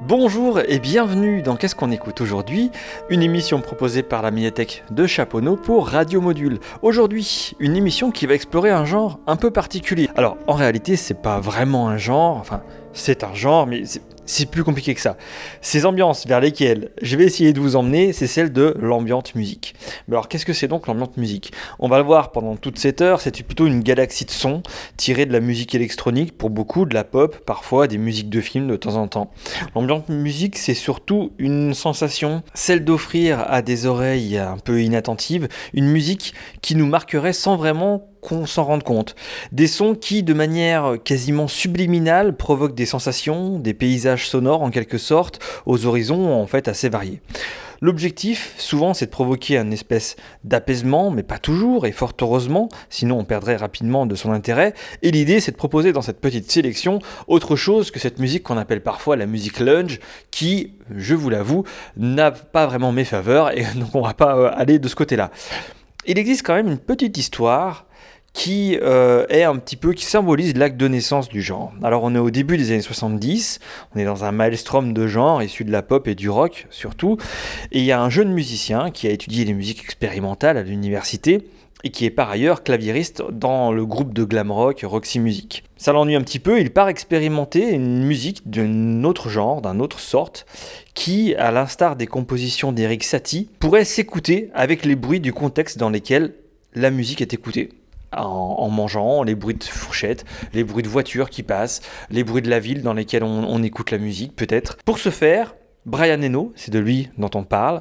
Bonjour et bienvenue dans Qu'est-ce qu'on écoute aujourd'hui, une émission proposée par la médiathèque de Chaponneau pour Radio Module. Aujourd'hui, une émission qui va explorer un genre un peu particulier. Alors, en réalité, c'est pas vraiment un genre, enfin, c'est un genre, mais c'est plus compliqué que ça. Ces ambiances vers lesquelles je vais essayer de vous emmener, c'est celle de l'ambiante musique. Mais alors, qu'est-ce que c'est donc l'ambiante musique ? On va le voir pendant toute cette heure, c'est plutôt une galaxie de sons tirés de la musique électronique, pour beaucoup de la pop, parfois des musiques de films de temps en temps. L'ambiance musique, c'est surtout une sensation, celle d'offrir à des oreilles un peu inattentives une musique qui nous marquerait sans vraiment qu'on s'en rende compte. Des sons qui, de manière quasiment subliminale, provoquent des sensations, des paysages sonores en quelque sorte, aux horizons en fait assez variés. L'objectif, souvent, c'est de provoquer une espèce d'apaisement, mais pas toujours, et fort heureusement, sinon on perdrait rapidement de son intérêt. Et l'idée, c'est de proposer dans cette petite sélection autre chose que cette musique qu'on appelle parfois la musique lounge, qui, je vous l'avoue, n'a pas vraiment mes faveurs, et donc on va pas aller de ce côté-là. Il existe quand même une petite histoire qui est un petit peu, qui symbolise l'acte de naissance du genre. Alors on est au début des années 70, on est dans un maelstrom de genres issus de la pop et du rock surtout, et il y a un jeune musicien qui a étudié les musiques expérimentales à l'université, et qui est par ailleurs claviériste dans le groupe de glam rock Roxy Music. Ça l'ennuie un petit peu, il part expérimenter une musique d'un autre genre, d'une autre sorte, qui, à l'instar des compositions d'Eric Satie, pourrait s'écouter avec les bruits du contexte dans lesquels la musique est écoutée. En mangeant, les bruits de fourchette, les bruits de voitures qui passent, les bruits de la ville dans lesquels on écoute la musique peut-être. Pour ce faire, Brian Eno, c'est de lui dont on parle,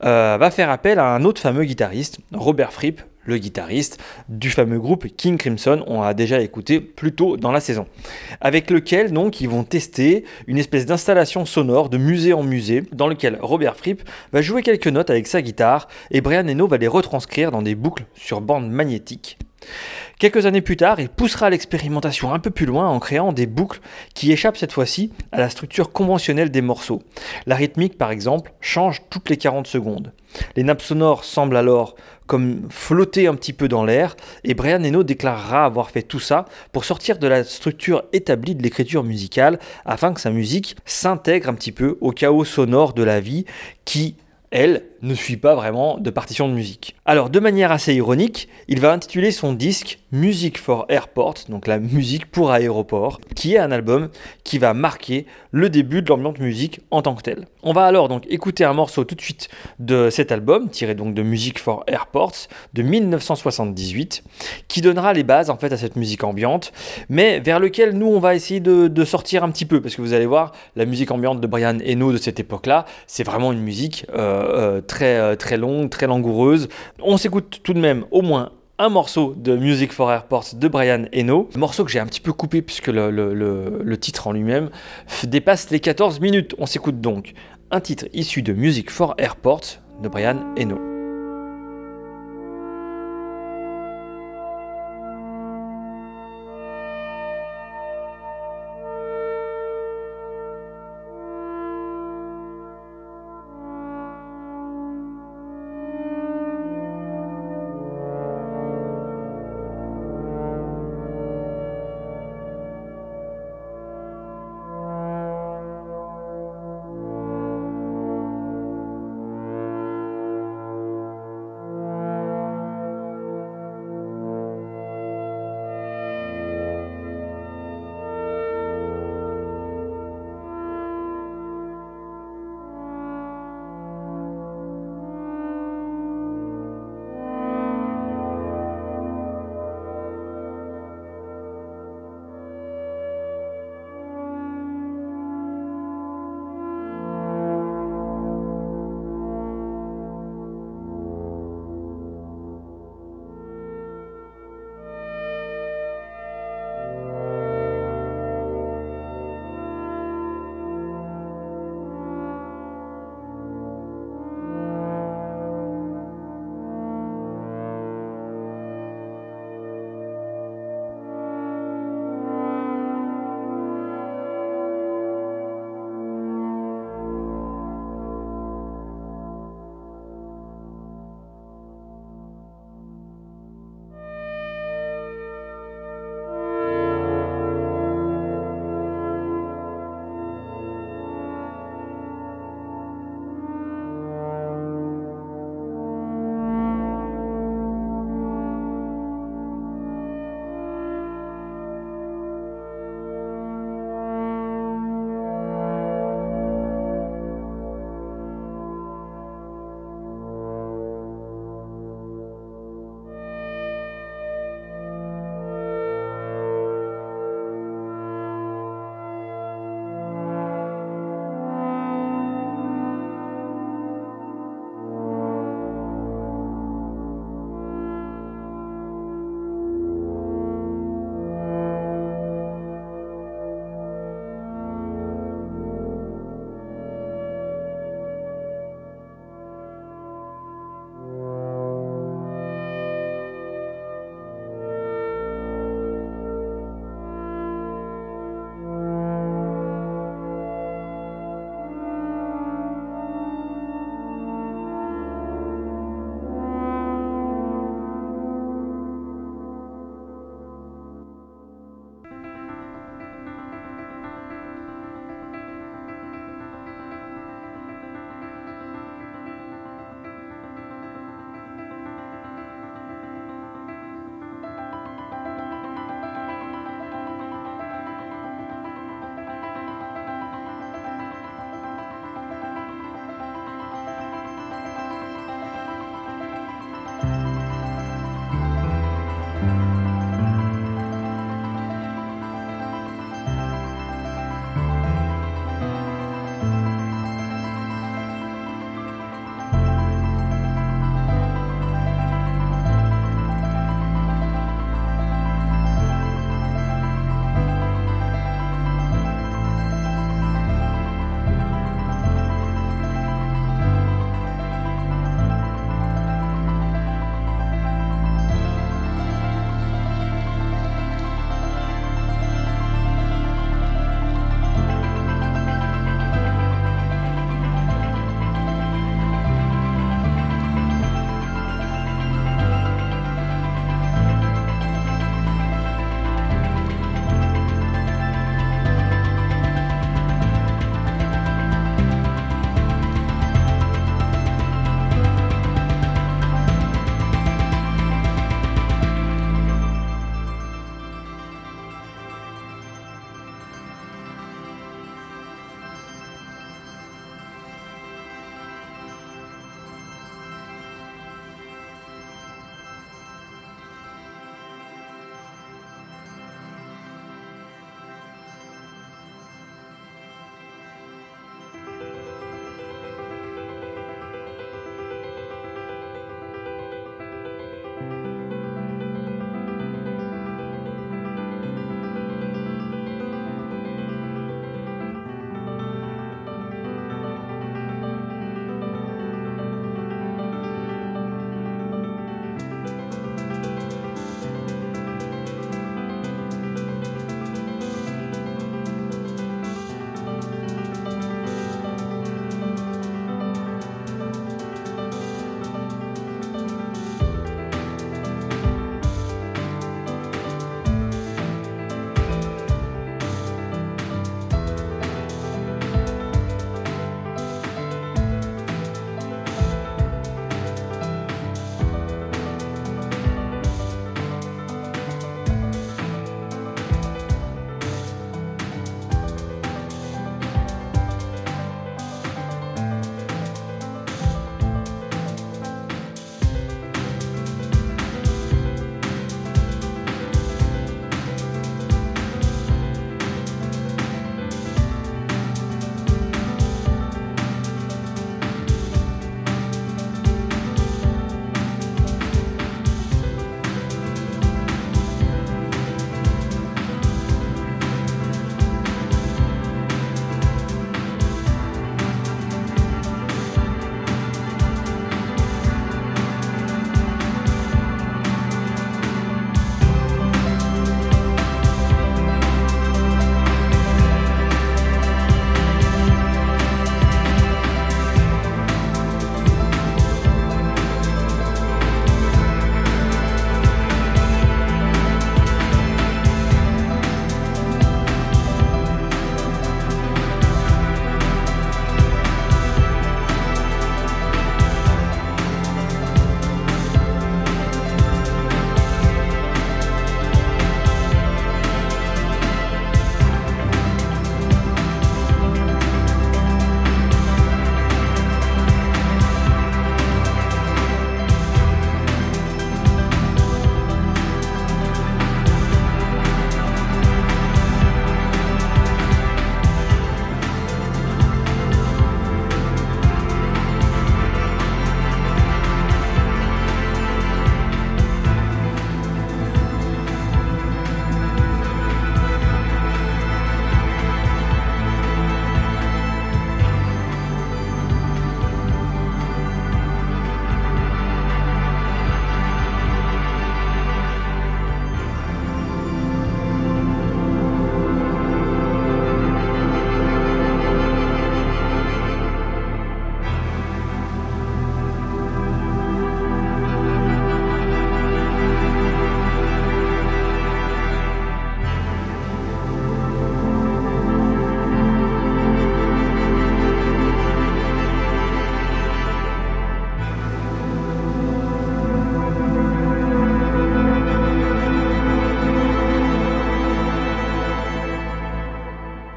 va faire appel à un autre fameux guitariste, Robert Fripp, le guitariste du fameux groupe King Crimson, on a déjà écouté plus tôt dans la saison, avec lequel donc ils vont tester une espèce d'installation sonore de musée en musée, dans lequel Robert Fripp va jouer quelques notes avec sa guitare et Brian Eno va les retranscrire dans des boucles sur bande magnétique. Quelques années plus tard, il poussera l'expérimentation un peu plus loin en créant des boucles qui échappent cette fois-ci à la structure conventionnelle des morceaux. La rythmique, par exemple, change toutes les 40 secondes. Les nappes sonores semblent alors comme flotter un petit peu dans l'air, et Brian Eno déclarera avoir fait tout ça pour sortir de la structure établie de l'écriture musicale, afin que sa musique s'intègre un petit peu au chaos sonore de la vie qui, elle, ne suit pas vraiment de partition de musique. Alors, de manière assez ironique, il va intituler son disque Music for Airport, donc la musique pour aéroport, qui est un album qui va marquer le début de l'ambiance musique en tant que tel. On va alors donc écouter un morceau tout de suite de cet album, tiré donc de Music for Airports de 1978, qui donnera les bases en fait à cette musique ambiante, mais vers lequel nous on va essayer de sortir un petit peu, parce que vous allez voir, la musique ambiante de Brian Eno de cette époque-là, c'est vraiment une musique très longue, très langoureuse. On s'écoute tout de même au moins un morceau de Music for Airports de Brian Eno, morceau que j'ai un petit peu coupé puisque le titre en lui-même dépasse les 14 minutes. On s'écoute donc un titre issu de Music for Airports de Brian Eno.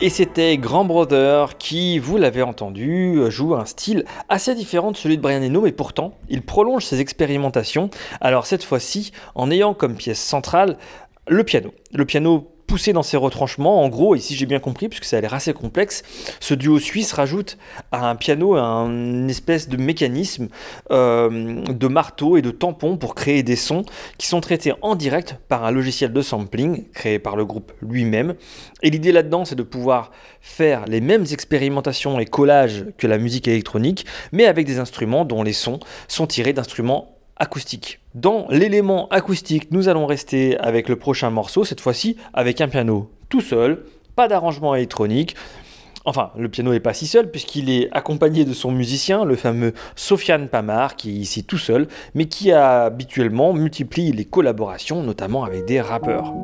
Et c'était Grand Brother qui, vous l'avez entendu, joue un style assez différent de celui de Brian Eno, mais pourtant, il prolonge ses expérimentations. Alors cette fois-ci, en ayant comme pièce centrale le piano. Le piano poussé dans ses retranchements, en gros, et si j'ai bien compris, puisque ça a l'air assez complexe, ce duo suisse rajoute à un piano une espèce de mécanisme de marteau et de tampon pour créer des sons qui sont traités en direct par un logiciel de sampling créé par le groupe lui-même. Et l'idée là-dedans, c'est de pouvoir faire les mêmes expérimentations et collages que la musique électronique, mais avec des instruments dont les sons sont tirés d'instruments acoustique. Dans l'élément acoustique, nous allons rester avec le prochain morceau, cette fois-ci avec un piano tout seul, pas d'arrangement électronique. Enfin, le piano n'est pas si seul puisqu'il est accompagné de son musicien, le fameux Sofiane Pamar, qui est ici tout seul, mais qui habituellement multiplie les collaborations, notamment avec des rappeurs.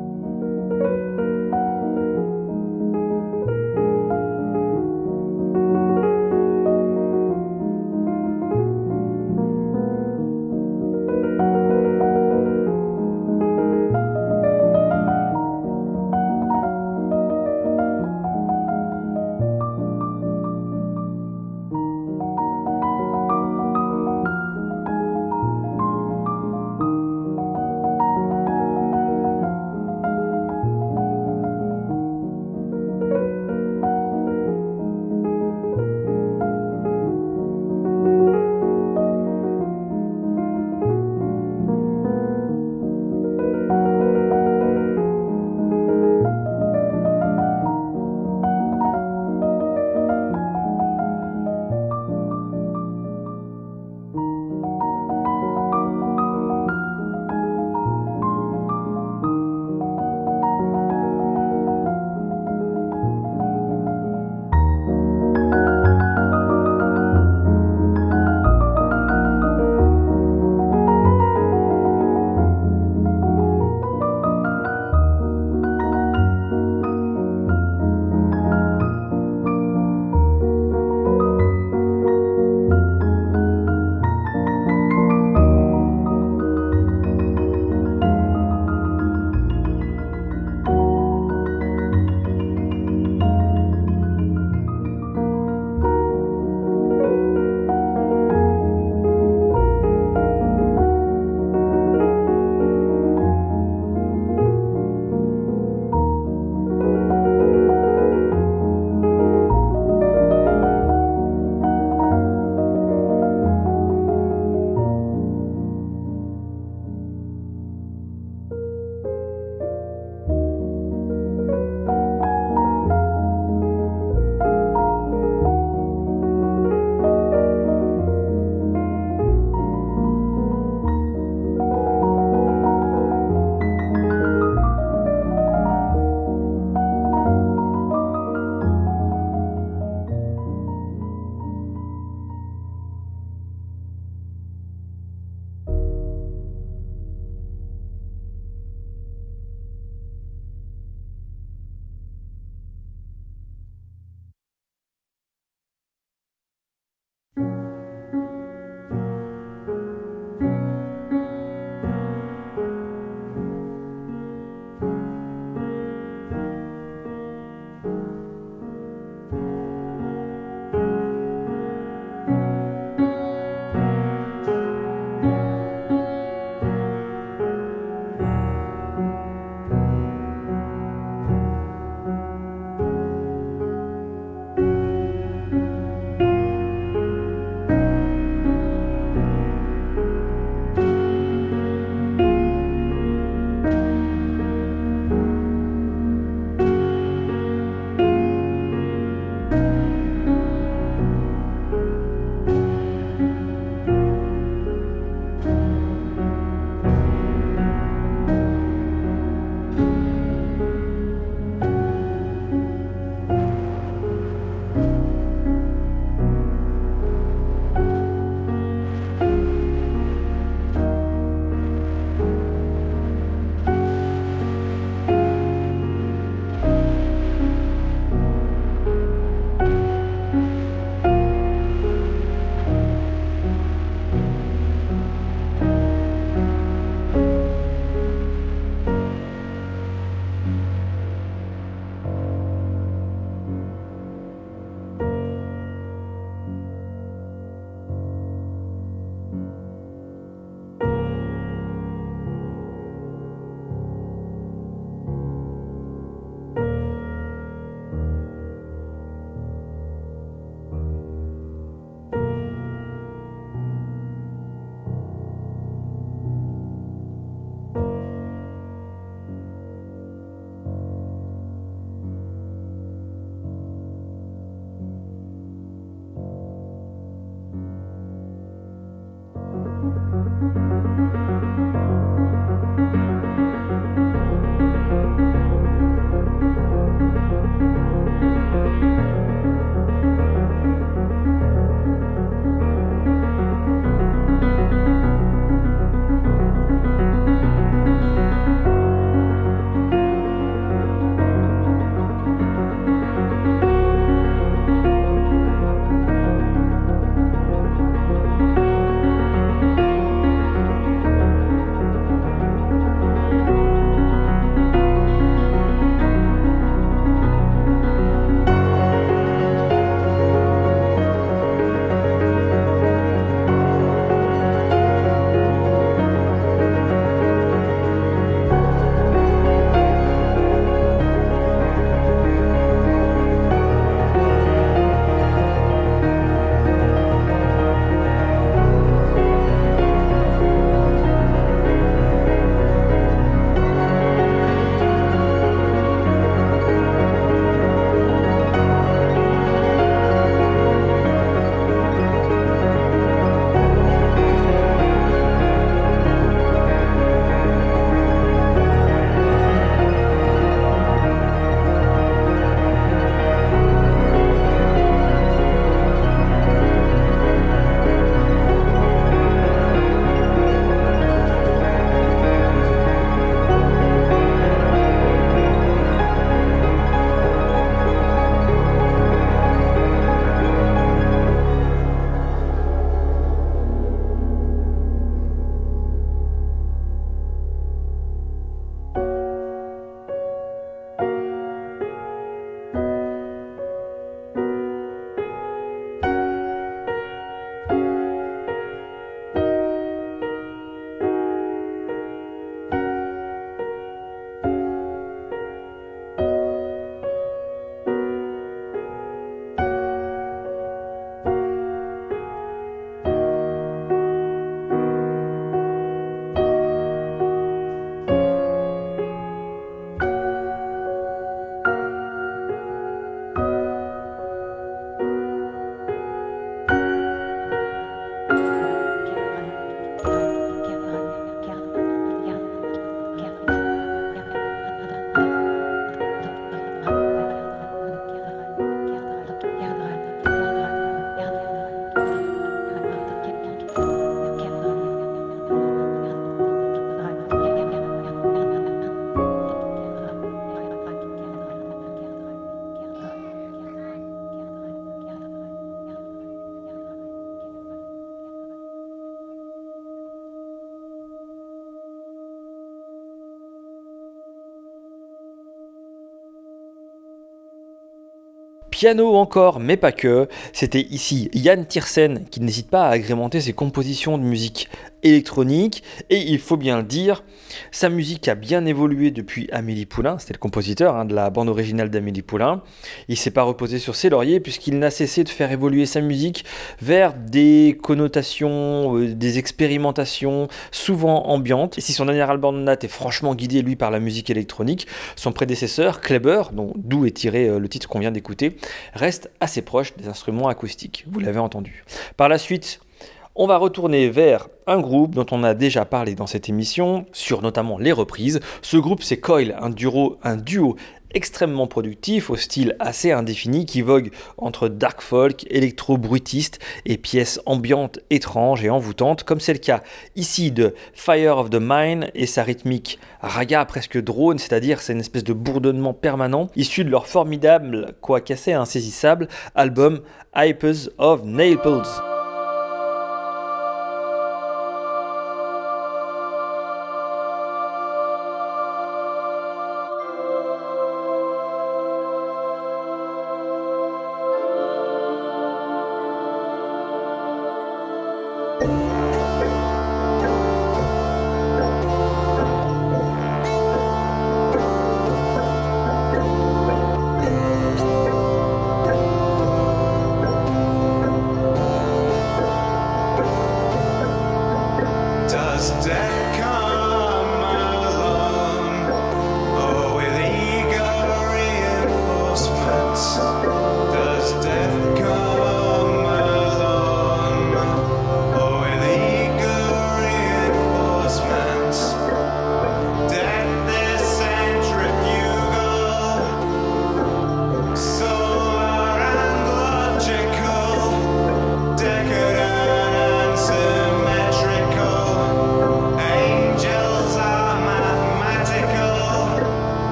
piano encore, mais pas que. C'était ici Yann Tiersen qui n'hésite pas à agrémenter ses compositions de musique électronique, et il faut bien le dire, sa musique a bien évolué depuis Amélie Poulain, c'était le compositeur de la bande originale d'Amélie Poulain. Il ne s'est pas reposé sur ses lauriers puisqu'il n'a cessé de faire évoluer sa musique vers des connotations, des expérimentations souvent ambiantes. Et si son dernier album Nat est franchement guidé lui par la musique électronique, son prédécesseur Kleber, d'où est tiré le titre qu'on vient d'écouter, reste assez proche des instruments acoustiques, vous l'avez entendu. Par la suite, on va retourner vers un groupe dont on a déjà parlé dans cette émission, sur notamment les reprises. Ce groupe, c'est Coil, un duo extrêmement productif, au style assez indéfini, qui vogue entre dark folk, électro-bruitiste et pièces ambiantes étranges et envoûtantes, comme c'est le cas ici de Fire of the Mind et sa rythmique raga presque drone, c'est-à-dire c'est une espèce de bourdonnement permanent, issu de leur formidable, quoique assez insaisissable, album Hypers of Naples.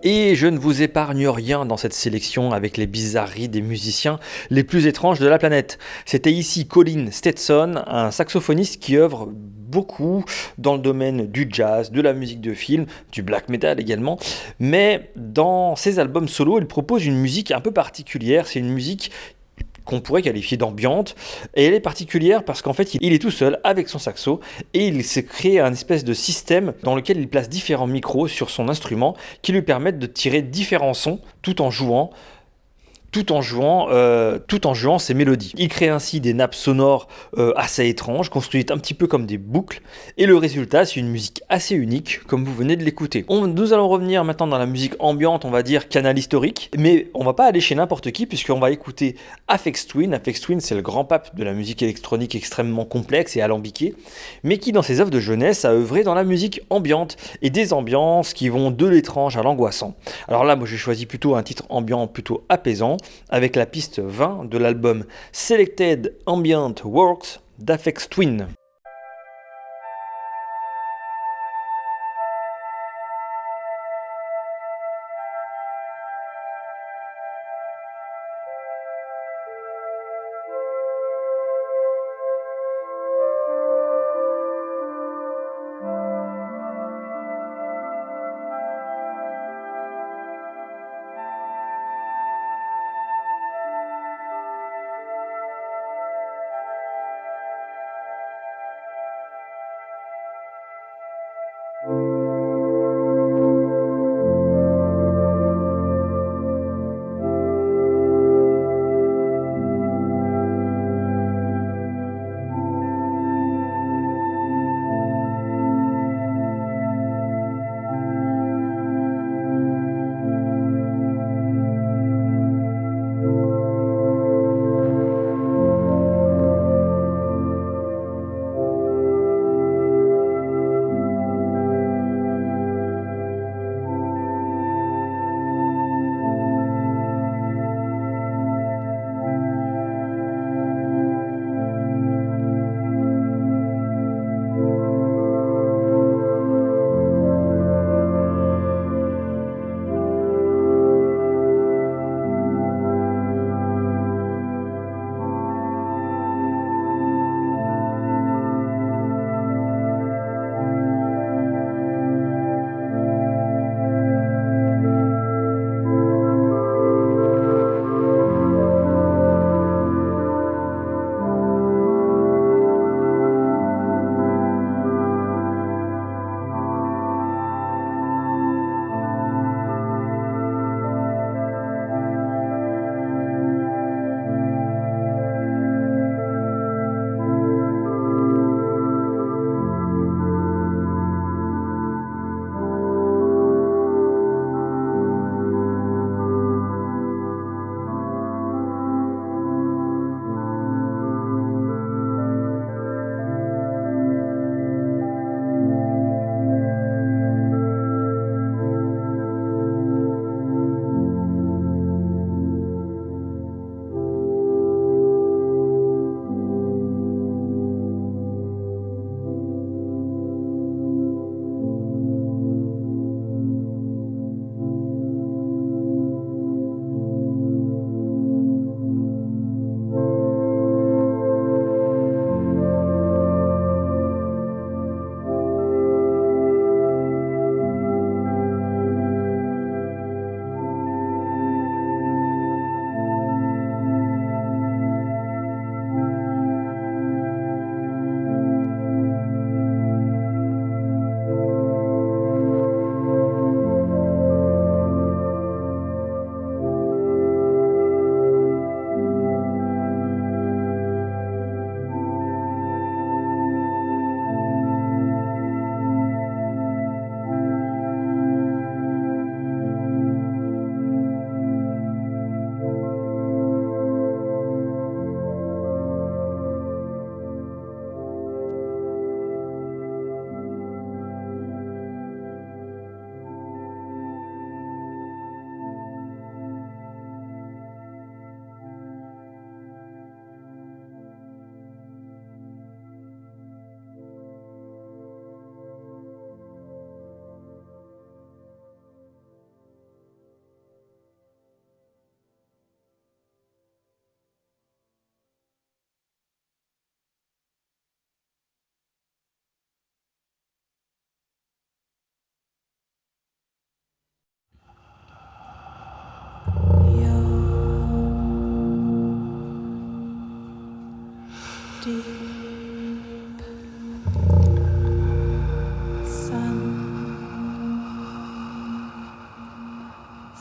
Et je ne vous épargne rien dans cette sélection avec les bizarreries des musiciens les plus étranges de la planète. C'était ici Colin Stetson, un saxophoniste qui œuvre beaucoup dans le domaine du jazz, de la musique de film, du black metal également. Mais dans ses albums solo, il propose une musique un peu particulière. C'est une musique qu'on pourrait qualifier d'ambiante, et elle est particulière parce qu'en fait il est tout seul avec son saxo et il s'est créé un espèce de système dans lequel il place différents micros sur son instrument qui lui permettent de tirer différents sons tout en jouant ses mélodies. Il crée ainsi des nappes sonores assez étranges, construites un petit peu comme des boucles, et le résultat, c'est une musique assez unique, comme vous venez de l'écouter. Nous allons revenir maintenant dans la musique ambiante, on va dire canal historique, mais on va pas aller chez n'importe qui, puisqu'on va écouter Aphex Twin. Aphex Twin, c'est le grand pape de la musique électronique extrêmement complexe et alambiquée, mais qui, dans ses œuvres de jeunesse, a œuvré dans la musique ambiante, et des ambiances qui vont de l'étrange à l'angoissant. Alors là, moi j'ai choisi plutôt un titre ambiant plutôt apaisant, avec la piste 20 de l'album Selected Ambient Works d'Aphex Twin.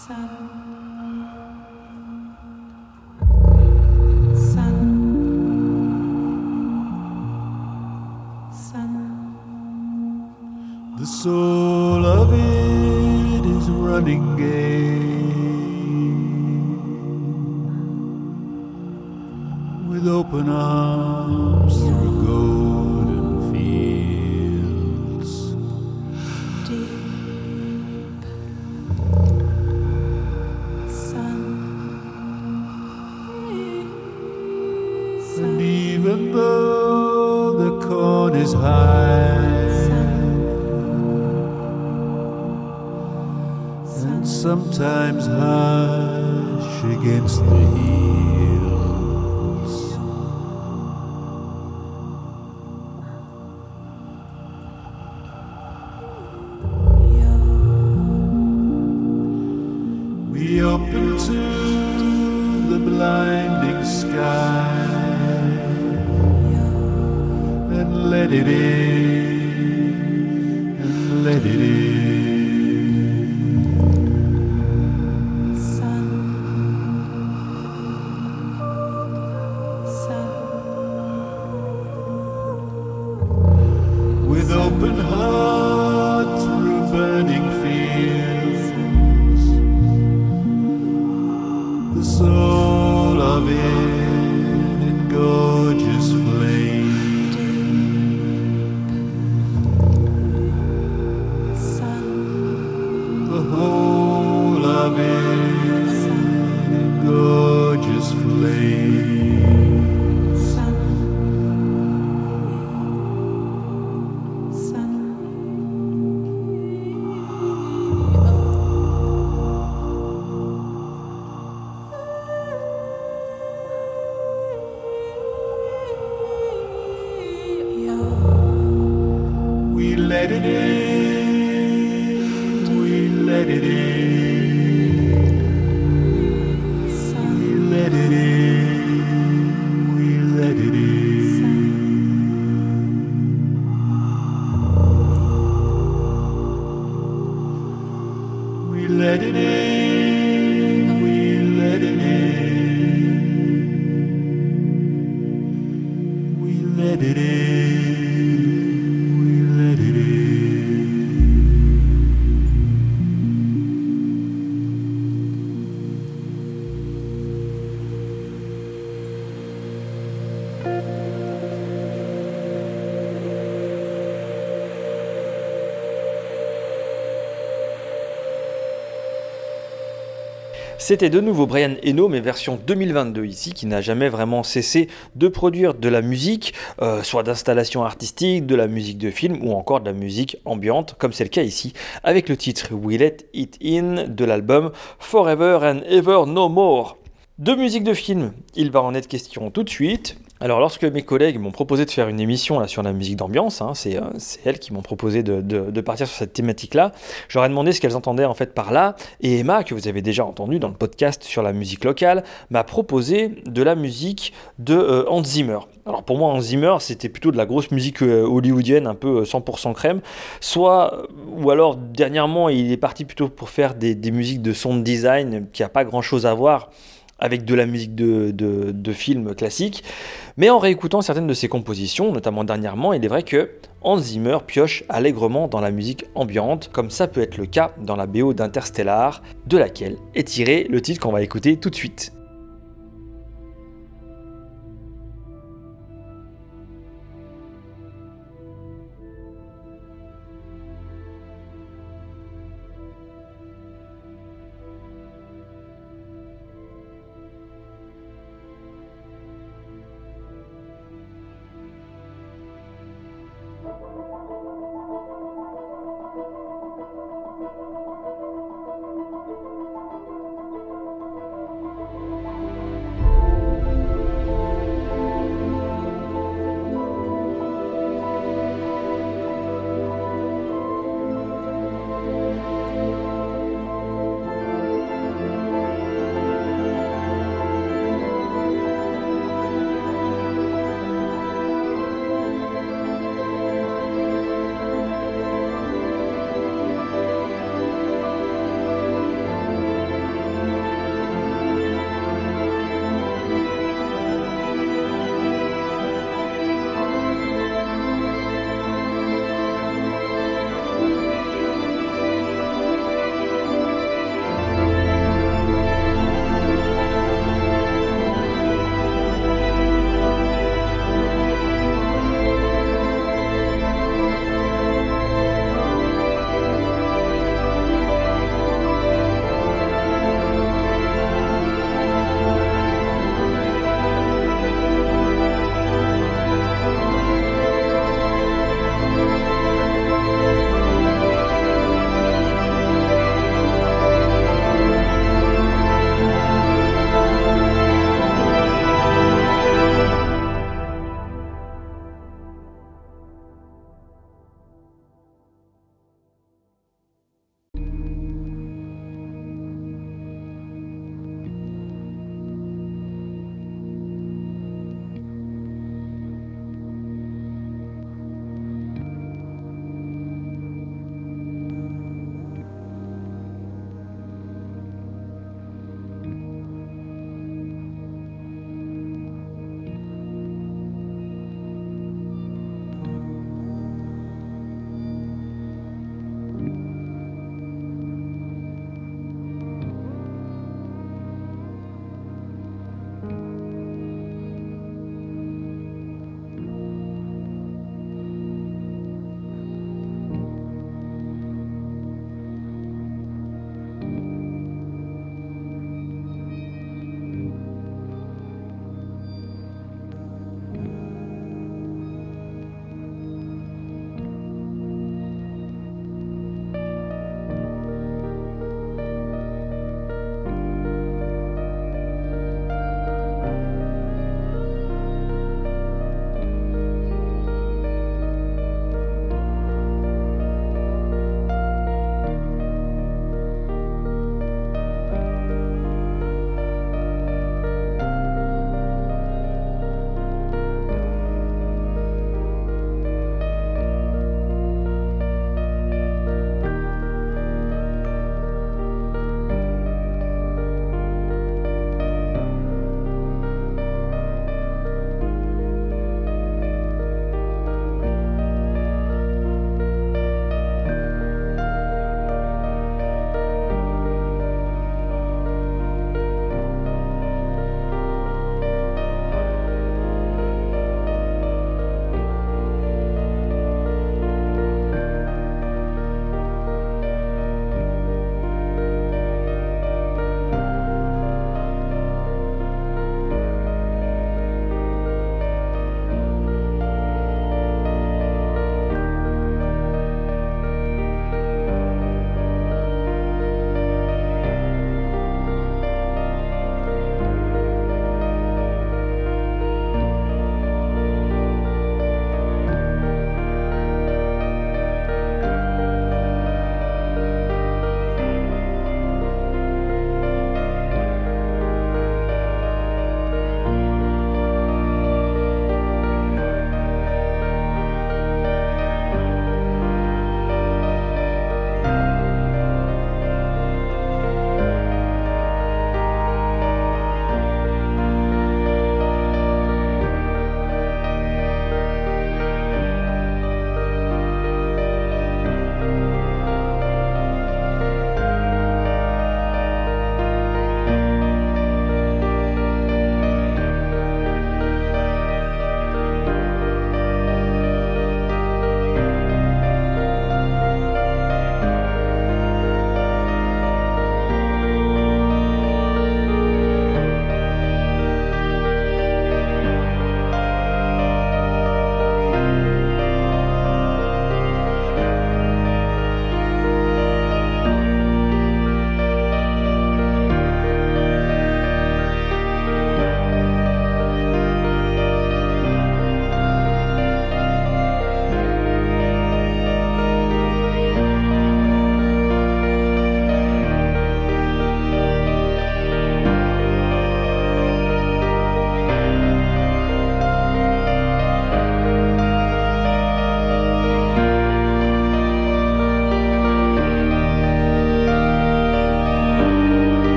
The soul of it is running gay with open arms through golden fields. Deep sun. And even though the corn is high and sometimes harsh against the heels, we open to the blinding sky and let it in, and let it in. With open heart through burning fields, the soul of it in gorgeous flame. The whole of it in gorgeous flame. We let it in, we let it in, we let it in, we let it in. We let it in, we let it in, we let it in. C'était de nouveau Brian Eno, mais version 2022 ici, qui n'a jamais vraiment cessé de produire de la musique, soit d'installation artistique, de la musique de film ou encore de la musique ambiante, comme c'est le cas ici, avec le titre We Let It In de l'album Forever and Ever No More. De musique de film, il va en être question tout de suite. Alors lorsque mes collègues m'ont proposé de faire une émission là, sur la musique d'ambiance, c'est elles qui m'ont proposé de partir sur cette thématique-là, je leur ai demandé ce qu'elles entendaient en fait par là, et Emma, que vous avez déjà entendu dans le podcast sur la musique locale, m'a proposé de la musique de Hans Zimmer. Alors pour moi, Hans Zimmer, c'était plutôt de la grosse musique hollywoodienne, un peu 100% crème, ou alors dernièrement, il est parti plutôt pour faire des musiques de sound design qui n'a pas grand-chose à voir avec de la musique de films classiques. Mais en réécoutant certaines de ses compositions, notamment dernièrement, il est vrai que Hans Zimmer pioche allègrement dans la musique ambiante, comme ça peut être le cas dans la BO d'Interstellar, de laquelle est tiré le titre qu'on va écouter tout de suite.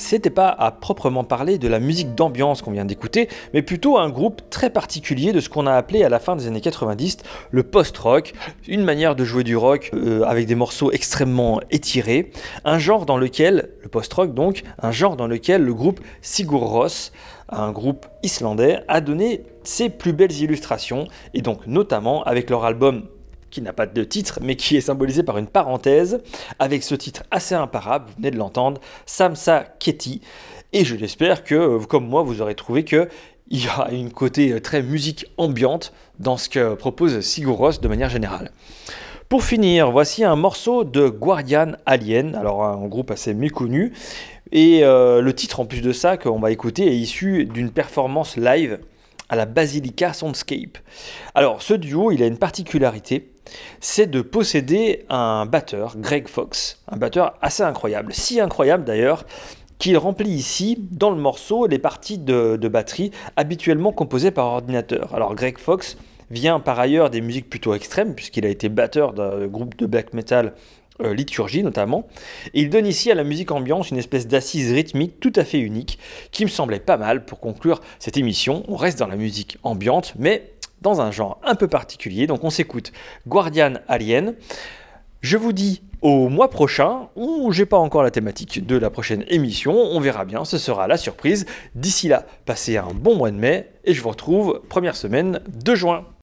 c'était pas à proprement parler de la musique d'ambiance qu'on vient d'écouter, mais plutôt un groupe très particulier de ce qu'on a appelé à la fin des années 90 le post-rock, une manière de jouer du rock avec des morceaux extrêmement étirés, un genre dans lequel, le post-rock donc, un genre dans lequel le groupe Sigur Rós, un groupe islandais, a donné ses plus belles illustrations, et donc notamment avec leur album qui n'a pas de titre, mais qui est symbolisé par une parenthèse, avec ce titre assez imparable, vous venez de l'entendre, Samsa Keti, et je l'espère que, comme moi, vous aurez trouvé que il y a une côté très musique ambiante dans ce que propose Sigur Rós de manière générale. Pour finir, voici un morceau de Guardian Alien, alors un groupe assez méconnu, et le titre en plus de ça qu'on va écouter est issu d'une performance live à la Basilica Soundscape. Alors ce duo, il a une particularité, c'est de posséder un batteur, Greg Fox, un batteur assez incroyable, si incroyable d'ailleurs, qu'il remplit ici, dans le morceau, les parties de batterie habituellement composées par ordinateur. Alors Greg Fox vient par ailleurs des musiques plutôt extrêmes, puisqu'il a été batteur d'un groupe de black metal, Liturgie notamment, et il donne ici à la musique ambiance une espèce d'assise rythmique tout à fait unique, qui me semblait pas mal pour conclure cette émission. On reste dans la musique ambiante, mais dans un genre un peu particulier, donc on s'écoute Guardian Alien. Je vous dis au mois prochain, où j'ai pas encore la thématique de la prochaine émission, on verra bien, ce sera la surprise. D'ici là, passez un bon mois de mai, et je vous retrouve première semaine de juin.